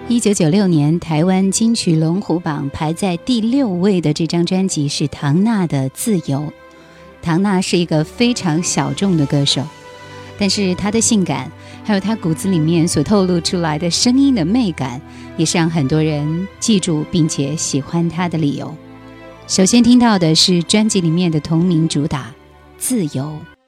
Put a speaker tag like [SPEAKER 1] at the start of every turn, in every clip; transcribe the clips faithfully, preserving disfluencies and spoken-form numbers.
[SPEAKER 1] 一九九六年台湾金曲龙虎榜排在第六位的这张专辑是唐娜的《自由》。唐娜是一个非常小众的歌手，但是她的性感还有她骨子里面所透露出来的声音的媚感，也是让很多人记住并且喜欢她的理由。首先听到的是专辑里面的同名主打《自由》。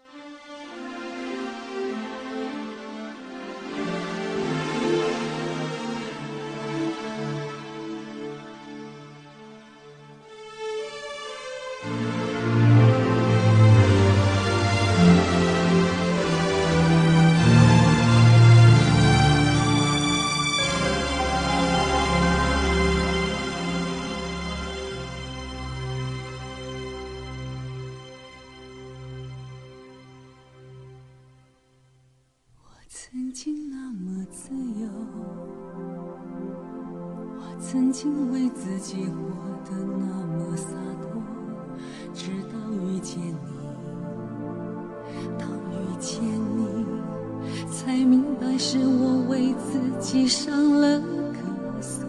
[SPEAKER 2] 曾经那么自由，我曾经为自己活得那么洒脱，直到遇见你，当遇见你，才明白是我为自己上了个锁。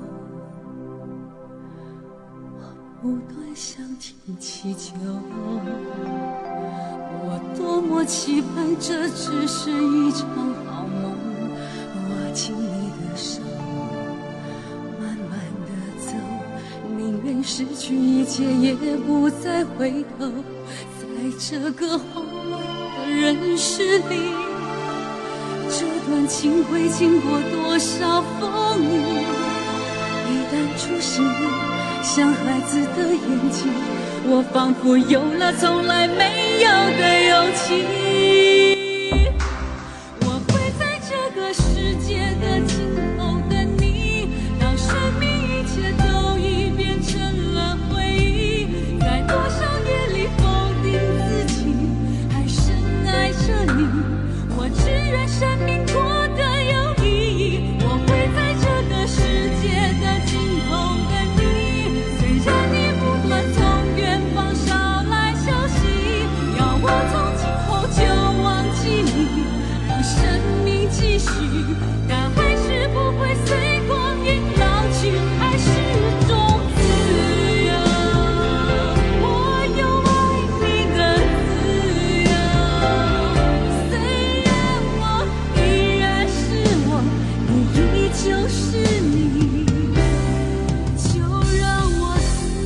[SPEAKER 2] 我不断向天祈求，我多么期盼这只是一场好梦，握紧你的手，慢慢地走，宁愿失去一切也不再回头。在这个慌乱的人世里，这段情会经过多少风雨，一旦注视你像孩子的眼睛，我仿佛有了从来没有的勇气。我会在这个世界的尽头等你，当生命一切都已变成了回忆，在多少夜里否定自己，还深爱着你，我只愿生命过得有意义。我会在这个世界的尽头等你，虽然你不断从远方捎来消息，要我从今后就忘记你，让生命继续，但还是不会随光阴老去，还是种自由。我有爱你的自由，虽然我依然是我，你依旧是你，就让我自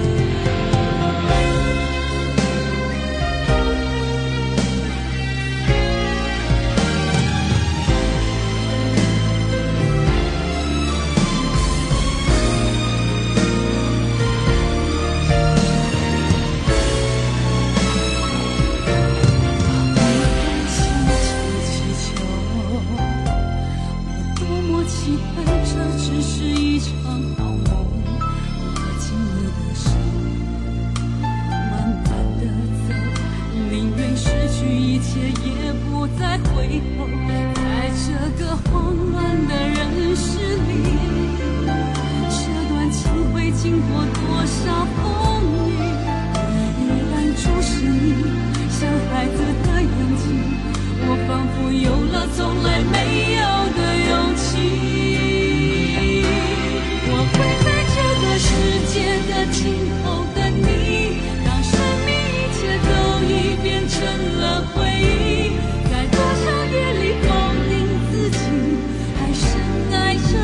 [SPEAKER 2] 期盼这只是一场好梦，握紧你的手，慢慢地走，宁愿失去一切也不再回头。在这个慌乱的人世里，这段情会经过多少风雨，依然注视你像孩子的眼睛，我仿佛有了从来没有的勇气。我会在这个世界的尽头等你，当生命一切都已变成了回忆，在多少夜里否定自己，还深爱着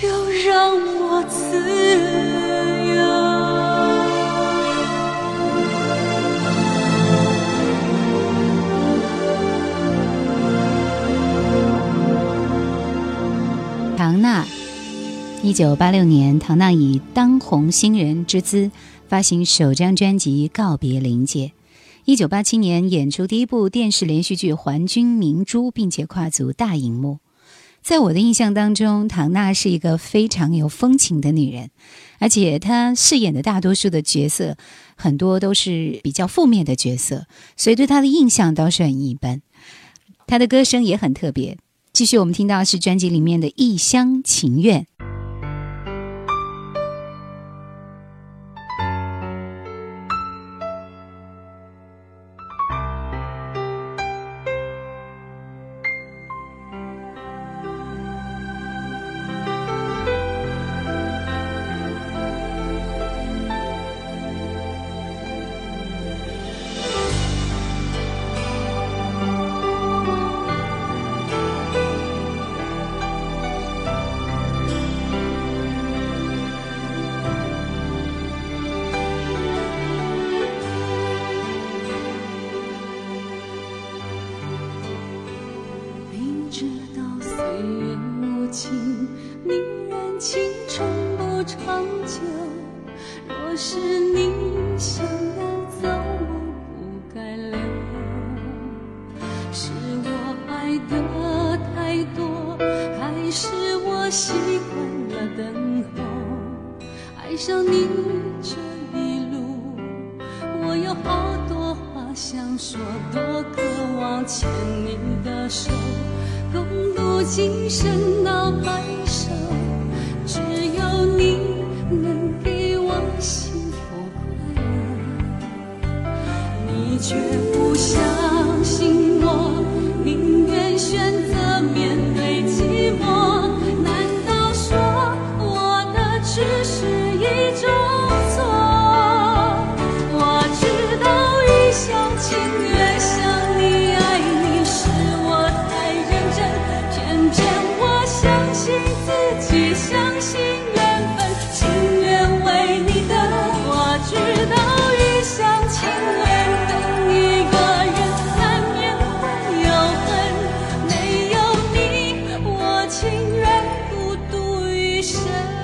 [SPEAKER 2] 就让我自由。
[SPEAKER 1] 唐娜，一九八六年，唐娜以当红新人之姿发行首张专辑《告别临界》。一九八七年演出第一部电视连续剧《还君明珠》，并且跨足大荧幕。在我的印象当中，唐娜是一个非常有风情的女人，而且她饰演的大多数的角色很多都是比较负面的角色，所以对她的印象倒是很一般。她的歌声也很特别。继续我们听到是专辑里面的《一厢情愿》。
[SPEAKER 2] 爱上你这一路，我有好多话想说，多渴望牵你的手，共度今生到白首。只有你能给我幸福快乐，你却不相信我，宁愿选择面对寂寞。难道说我的只是一种错？我知道一厢情愿，想你爱你是我太认真，偏偏我相信自己，相信缘分，情愿为你等。我知道一厢情愿等一个人，难免会有恨，没有你我情愿孤独余生。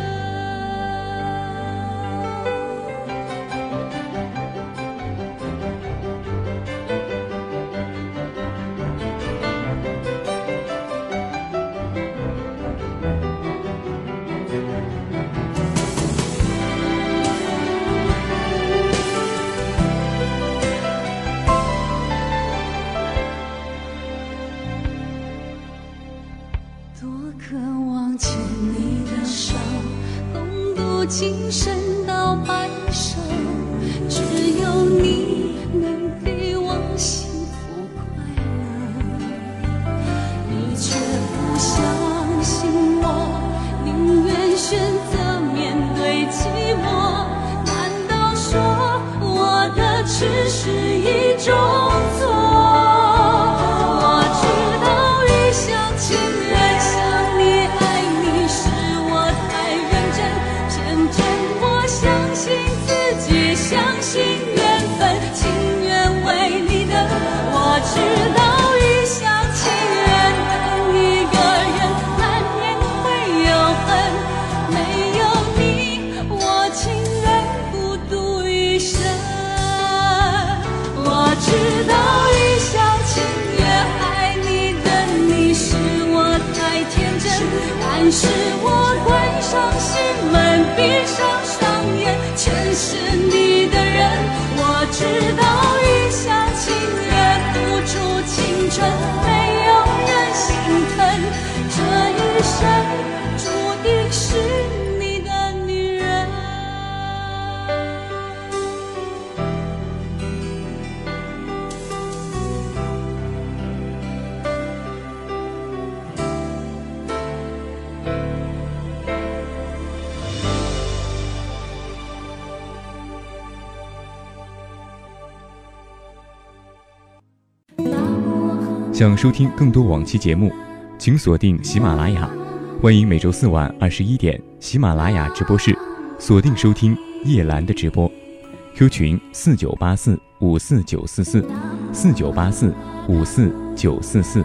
[SPEAKER 2] 多渴望牵你的手，共度今生到白首。只有你能给我幸福快乐，你却不相信我，宁愿选择面对寂寞。难道说我的只是一种错？我知道一厢情愿，想你爱你是我太认真，偏偏我相信自己，相信缘分，情愿为你等。我知道一厢情愿等一个人，难免会有恨，没有你我情愿孤独余生。我知道一厢情愿爱你的你是我太天真，但是我关上心门，闭上双眼，全是你的人。我知道一厢情愿付出青春，没有人心疼，这一生注定是你的女人。
[SPEAKER 3] 想收听更多往期节目，请锁定喜马拉雅欢迎每周四晚二十一点喜马拉雅直播室锁定收听叶兰的直播 ，Q 群四九八四五四九四四四九八四五四九四四。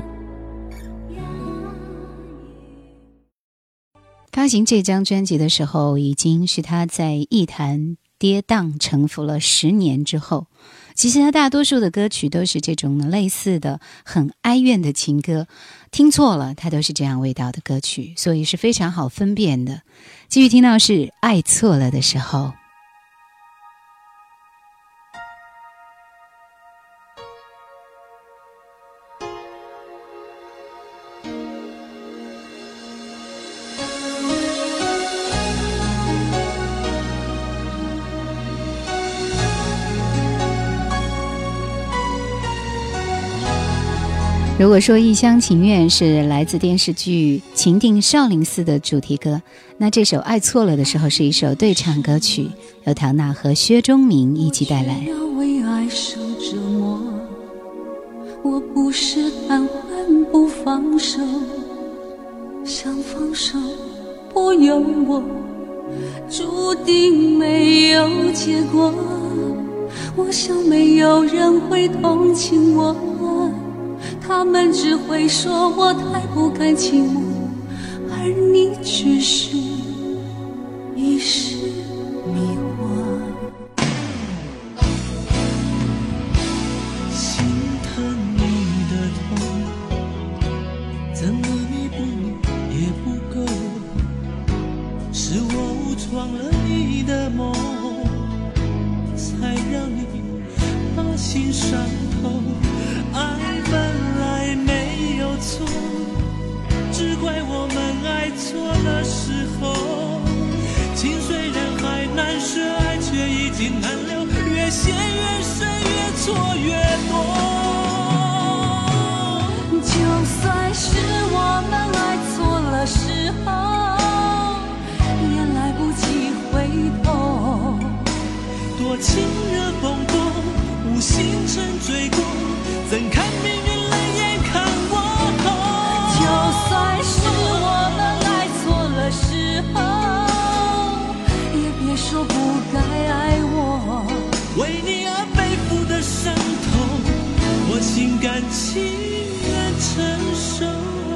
[SPEAKER 1] 发行这张专辑的时候，已经是他在艺坛跌宕沉浮了十年之后。其实他大多数的歌曲都是这种类似的很哀怨的情歌，听错了他都是这样味道的歌曲，所以是非常好分辨的。继续听到是爱错了的时候。如果说一厢情愿是来自电视剧《情定少林寺》的主题歌，那这首爱错了的时候是一首对唱歌曲，由唐娜和薛钟明一起带来。
[SPEAKER 2] 要为爱受折磨，我不是含混不放手，想放手不由我，注定没有结果。我想没有人会同情我，他们只会说我太不甘情我，而你只是一时迷惑。
[SPEAKER 4] 心疼你的痛，怎么弥补也不够，是我误闯了你的梦，才让你把心伤透。爱本来没有错，只怪我们爱错了时候。情虽然还难舍，爱却已经难留，越陷越深，越错越多。
[SPEAKER 2] 就算是我们爱错了时候，也来不及回头。
[SPEAKER 4] 多情热风波，无心沉醉过，怎看命运冷眼看我后。
[SPEAKER 2] 就算是我们爱错了时候，也别说不该爱我。
[SPEAKER 4] 为你而背负的伤痛，我心甘情愿承受。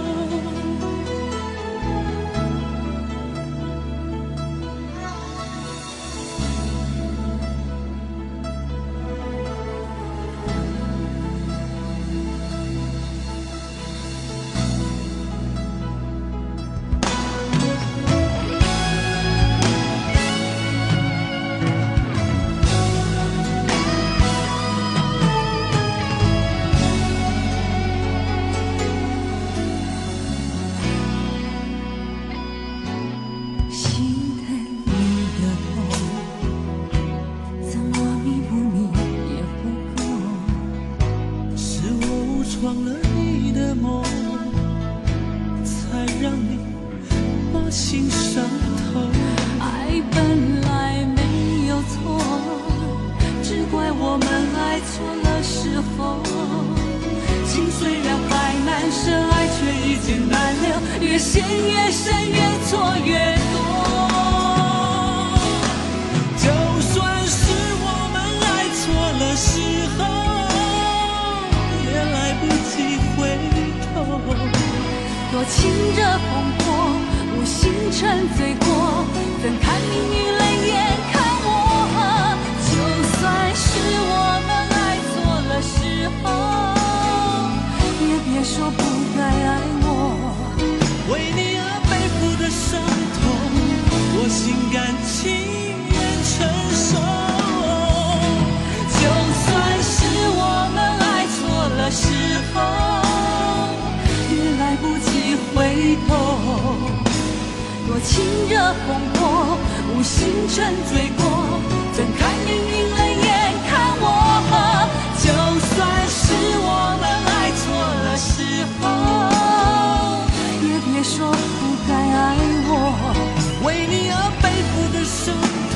[SPEAKER 2] 情热风波，无心沉醉过，怎看命运冷眼看我。就算是我们爱错了时候，也别说不该爱我。
[SPEAKER 4] 为你而背负的伤痛，我心甘情愿承受。
[SPEAKER 2] 就算是我们爱错了时候，也来不及回头。多情热风波，无心沉醉过，怎看命运冷眼看我。就算是我们爱错了时候，也别说不该爱我。
[SPEAKER 4] 为你而背负的伤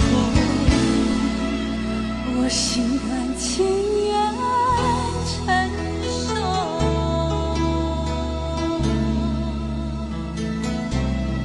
[SPEAKER 4] 痛，
[SPEAKER 2] 我心甘情愿承受。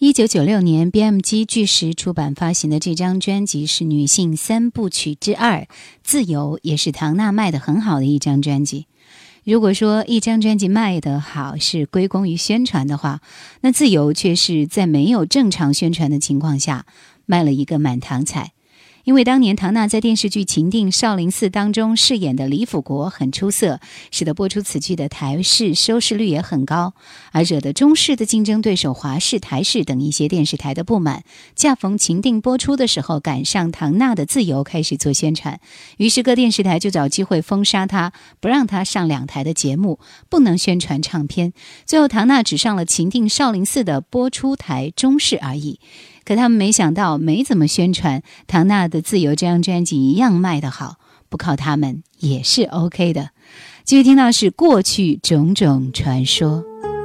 [SPEAKER 1] 一九九六年 B M G 巨石出版发行的这张专辑是女性三部曲之二，自由，也是唐娜卖得很好的一张专辑。如果说一张专辑卖得好是归功于宣传的话，那自由却是在没有正常宣传的情况下卖了一个满堂彩。因为当年唐娜在电视剧《情定少林寺》当中饰演的李辅国很出色，使得播出此剧的台视收视率也很高，而惹得中视的竞争对手华视、台视等一些电视台的不满。恰逢《情定》播出的时候，赶上唐娜的自由开始做宣传，于是各电视台就找机会封杀她，不让她上两台的节目，不能宣传唱片。最后唐娜只上了《情定少林寺》的播出台中视而已。可他们没想到，没怎么宣传，唐娜的自由这张专辑一样卖得好，不靠他们也是 OK 的。继续听到是过去种种传说。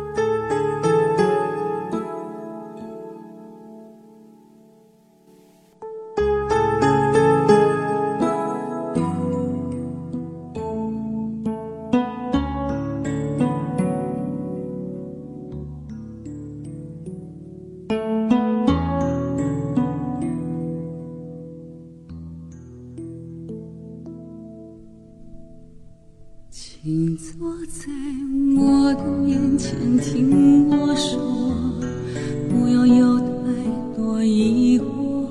[SPEAKER 2] 请坐在我的面前听我说，不要有太多疑惑。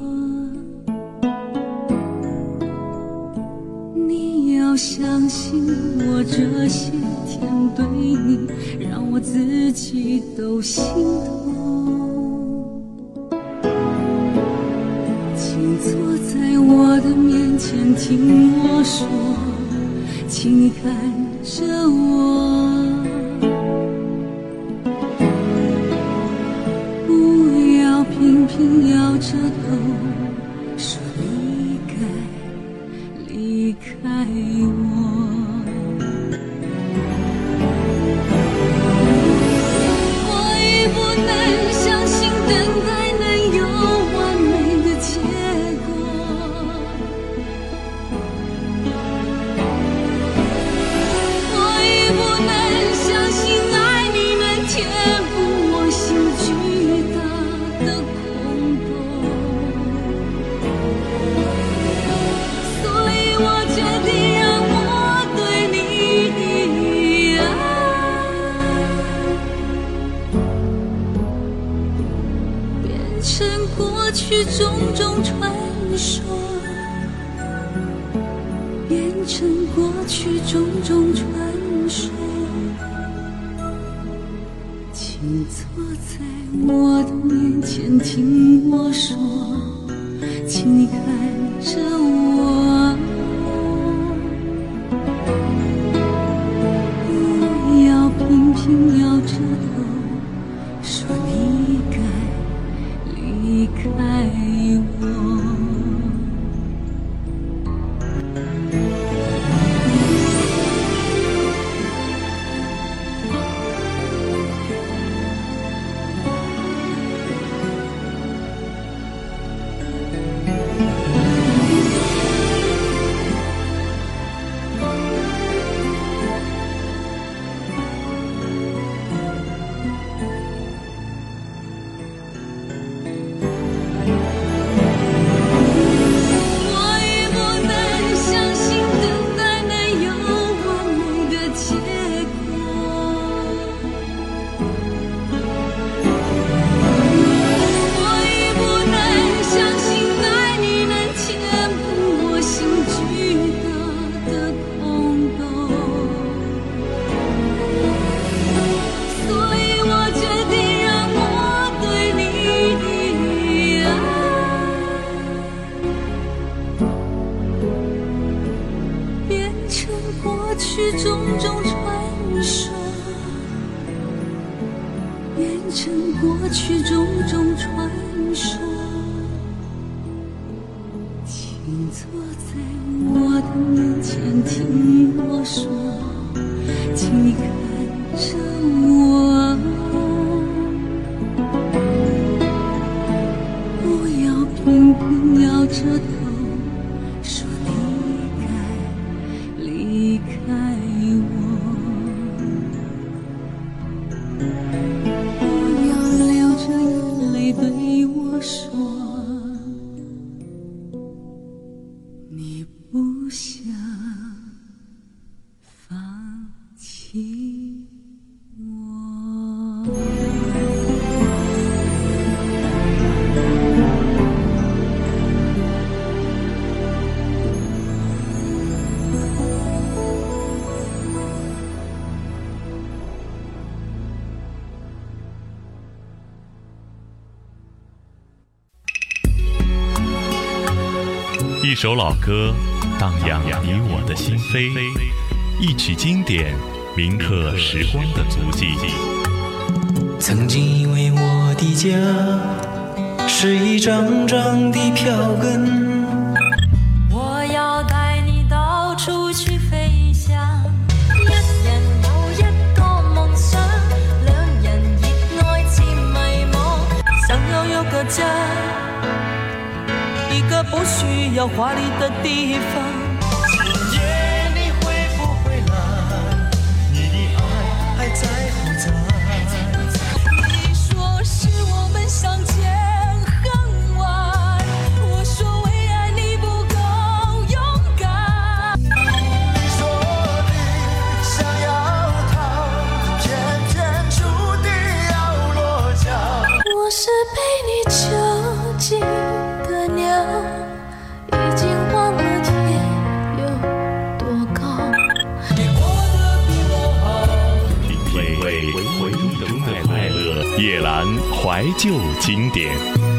[SPEAKER 2] 你要相信我这些天对你，让我自己都心痛。请坐在我的面前听我说，请你看着我，不要频频摇着头说你该离开我。我已不能相信等待能有完美的结果，种种传说，变成过去种种传说。请坐在我的面前听我说，请你看着我，不要频频摇着头说你该离开我。过去种种传说，请坐在我的面前听我说，请你看着我，不要频频摇着头说你该离开我，不要流着眼泪对
[SPEAKER 5] 一首老歌荡漾你我的心扉，一曲经典铭刻时光的足迹。
[SPEAKER 6] 曾经以为我的家是一张张的票根，
[SPEAKER 2] 我要带你到处去飛翔，一人有一個夢想，兩人熱愛漸迷茫，想要有個家，一個不需要華麗的地方。
[SPEAKER 6] 今夜你會不會來？你的愛還在不在？
[SPEAKER 2] 你說是我們相見恨晚，我說為愛你不夠勇敢。
[SPEAKER 6] 你說你想要逃，偏偏注定要落腳。
[SPEAKER 2] 我是被你囚禁的鳥，已經忘了天有多高。
[SPEAKER 6] 你過得比我好，
[SPEAKER 5] 品味回憶中的快樂，夜蘭懷舊經典。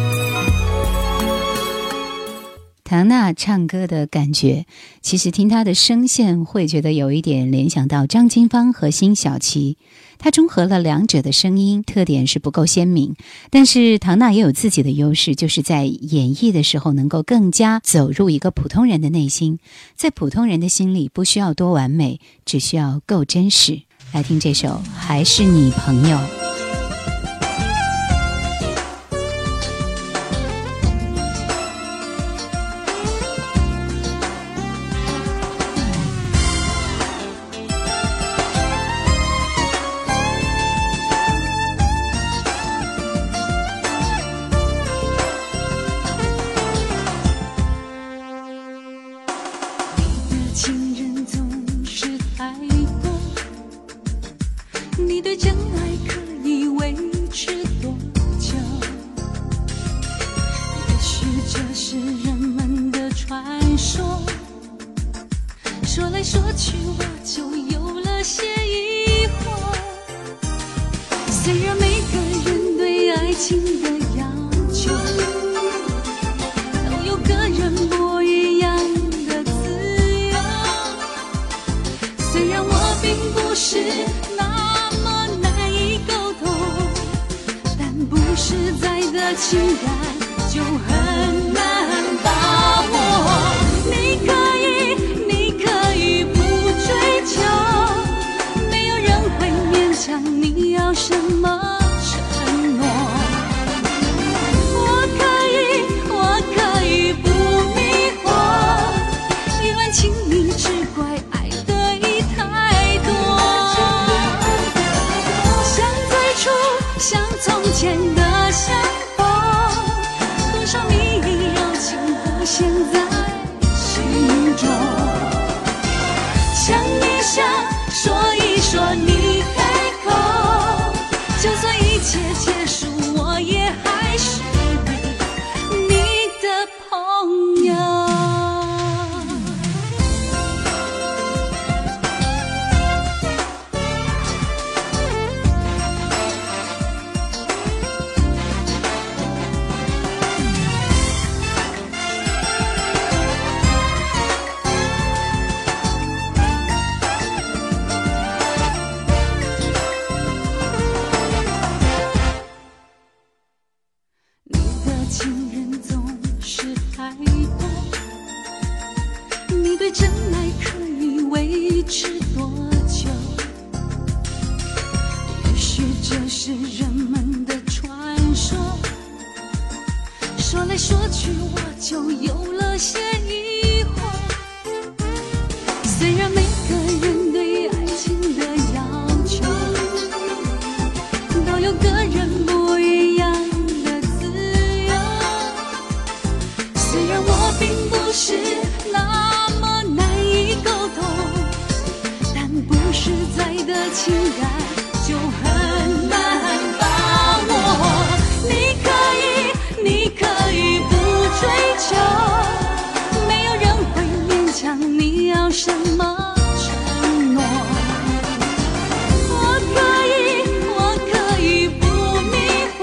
[SPEAKER 1] 唐娜唱歌的感觉，其实听她的声线会觉得有一点联想到张清芳和辛晓琪，她中和了两者的声音，特点是不够鲜明，但是唐娜也有自己的优势，就是在演绎的时候能够更加走入一个普通人的内心，在普通人的心里不需要多完美，只需要够真实。来听这首《还是你朋友》。
[SPEAKER 2] 情人总是太多，你对真爱可以维持多久？也许这是人们的传说，说来说去我就有了些疑惑。虽然每个人对爱情的要求都有个人不一样，虽然我并不是那么难以沟通，但不实在的情感就很难把握。你可以，你可以不追求，没有人会勉强你要什么承诺。我可以，我可以不迷惑，一往情你只怪爱像从前的相逢，多少蜜意柔情浮现在心中。想一想，说一说，你开口，就算一切结束，我也还是你，你的朋友。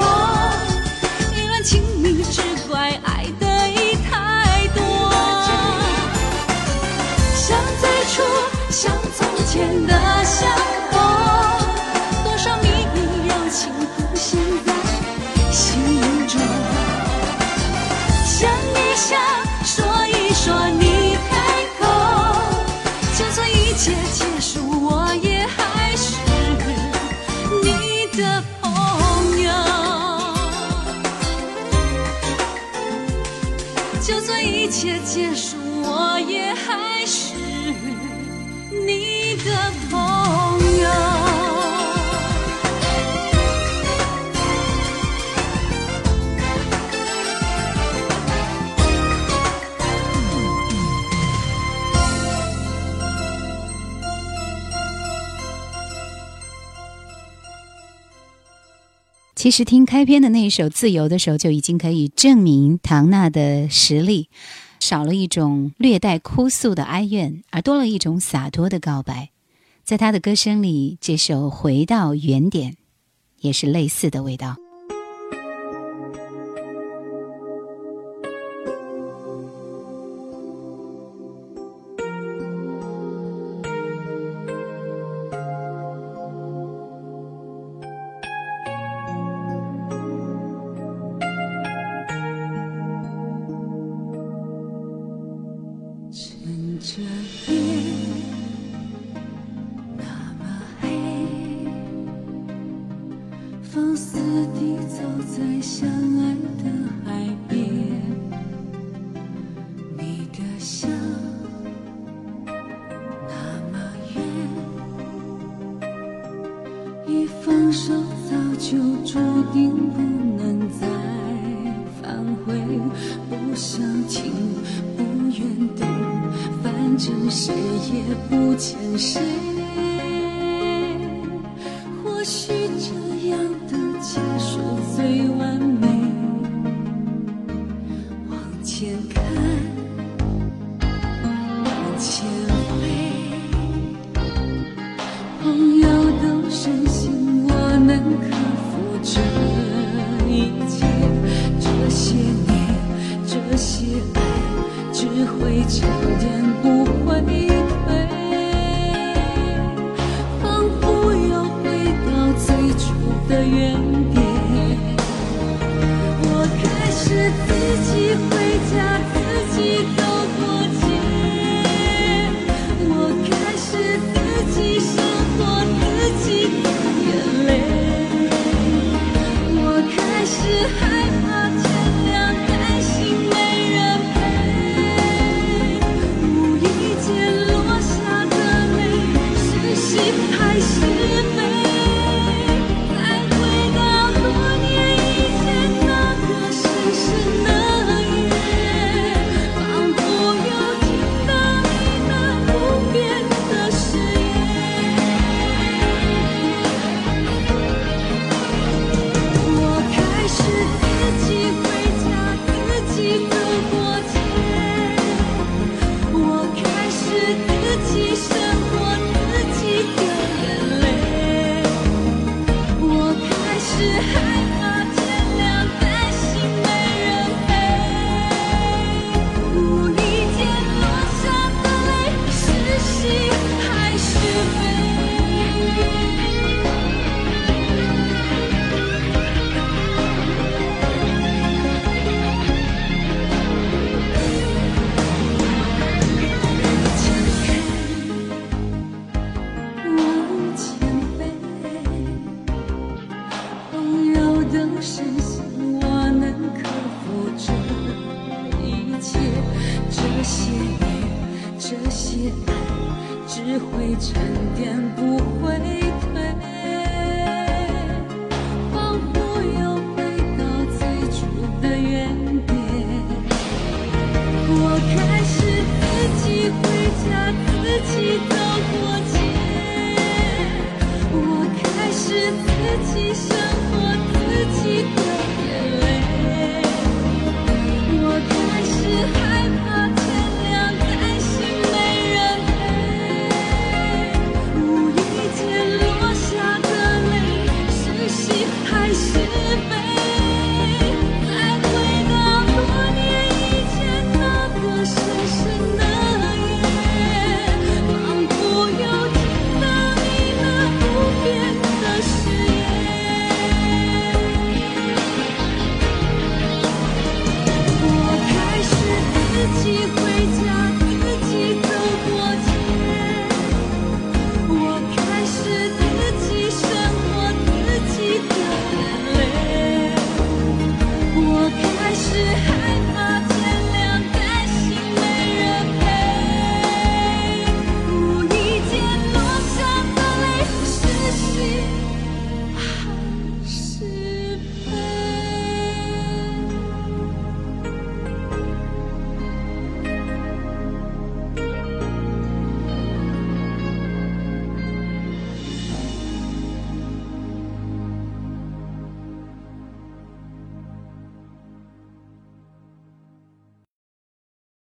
[SPEAKER 6] 情你只怪爱的已太多。
[SPEAKER 2] 像从前的相逢，多少秘密柔情浮现在心中。想一想，说一说，你开口，就算一切结束，我也还是你的朋友。就算一切结束，我也还是你的朋友。
[SPEAKER 1] 其实听开篇的那一首《自由》的时候，就已经可以证明唐娜的实力，少了一种略带哭诉的哀怨，而多了一种洒脱的告白。在她的歌声里，这首《回到原点》也是类似的味道。
[SPEAKER 2] 趁着夜那么黑，放肆地走在相爱的海边，你的笑那么远，一放手早就注定不能再返回，不想听不愿懂，反正谁也不欠谁。或许这样的结束最完美，往前看，往前飞，朋友都深信我能克服这一切，这些年这些爱只会沉淀不会退，仿佛又回到最初的原点。我开始自己回家，自己走过街，我开始自己生活，自己掉眼泪，我开始害怕天亮，担心没人陪，无意间落下的泪，是喜还是悲？再回到多年以前那个深深的夜，仿佛又听到你那不变的誓言。我开始自己回家，自己走过街，我开始自己生活，自己掉眼泪，我开始害怕天亮，担心没人陪，无意间落下的泪，是喜还是悲？往前飞，朋友都深信我能克服这一切，这些年这些爱只会沉淀不会退，仿佛又回到最初的原点。我开始自己回家，自己